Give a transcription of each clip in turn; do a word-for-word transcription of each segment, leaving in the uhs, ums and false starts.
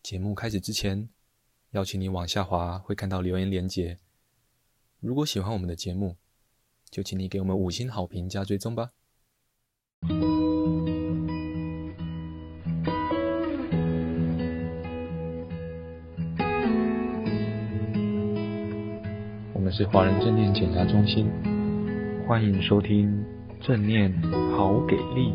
节目开始之前，邀请你往下滑，会看到留言连结。如果喜欢我们的节目，就请你给我们五星好评加追踪吧。我们是华人正念减压中心，欢迎收听正念好给力。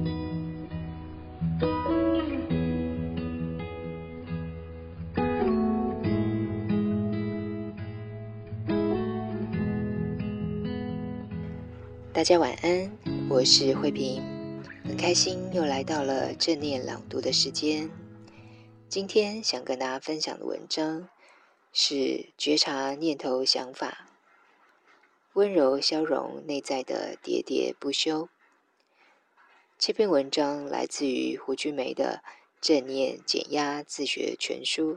大家晚安，我是慧萍，很开心又来到了正念朗读的时间。今天想跟大家分享的文章是觉察念头想法，温柔消融内在的喋喋不休。这篇文章来自于胡君梅的正念减压自学全书。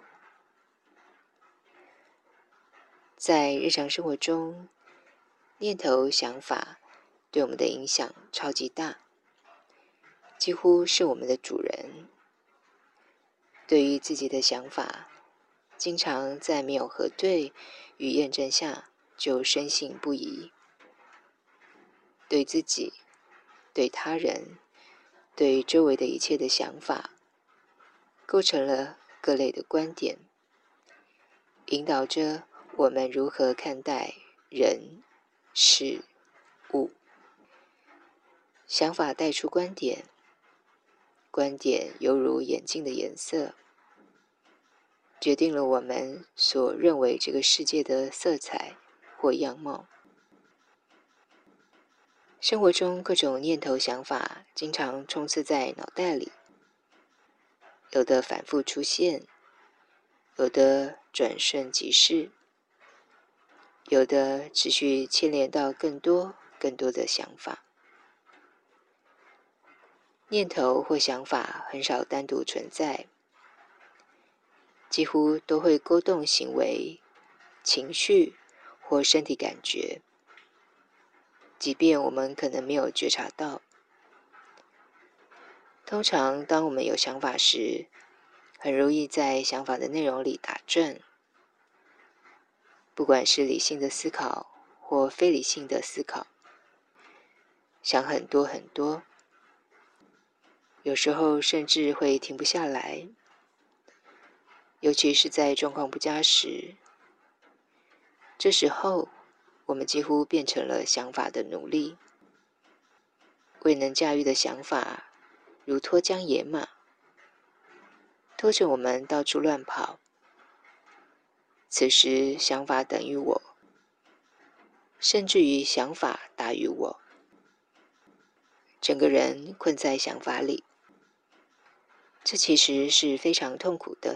在日常生活中，念头想法对我们的影响超级大，几乎是我们的主人。对于自己的想法，经常在没有核对与验证下就深信不疑。对自己、对他人、对周围的一切的想法，构成了各类的观点，引导着我们如何看待人、事、物。想法带出观点，观点犹如眼镜的颜色，决定了我们所认为这个世界的色彩或样貌。生活中各种念头想法经常充斥在脑袋里，有的反复出现，有的转瞬即逝，有的持续牵连到更多更多的想法。念头或想法很少单独存在，几乎都会勾动行为、情绪或身体感觉，即便我们可能没有觉察到。通常当我们有想法时，很容易在想法的内容里打转，不管是理性的思考或非理性的思考，想很多很多，有时候甚至会停不下来。尤其是在状况不佳时，这时候我们几乎变成了想法的奴隶。未能驾驭的想法如脱缰野马，拖着我们到处乱跑。此时想法等于我，甚至于想法大于我，整个人困在想法里。这其实是非常痛苦的。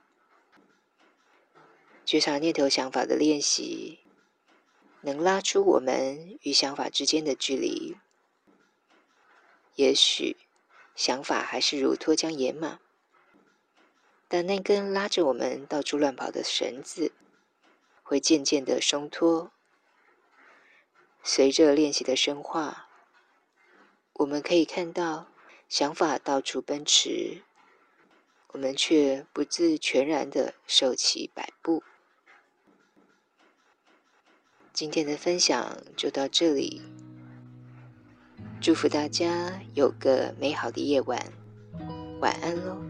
觉察念头想法的练习，能拉出我们与想法之间的距离。也许想法还是如脱缰野马，但那根拉着我们到处乱跑的绳子会渐渐地松脱。随着练习的深化，我们可以看到想法到处奔驰，我们却不自全然地受其摆布。今天的分享就到这里，祝福大家有个美好的夜晚，晚安喽。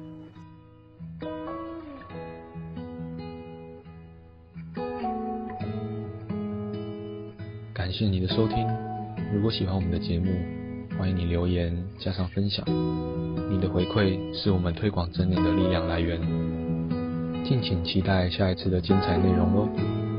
感谢你的收听，如果喜欢我们的节目，欢迎你留言加上分享，你的回馈是我们推广正念的力量来源。敬请期待下一次的精彩内容哦。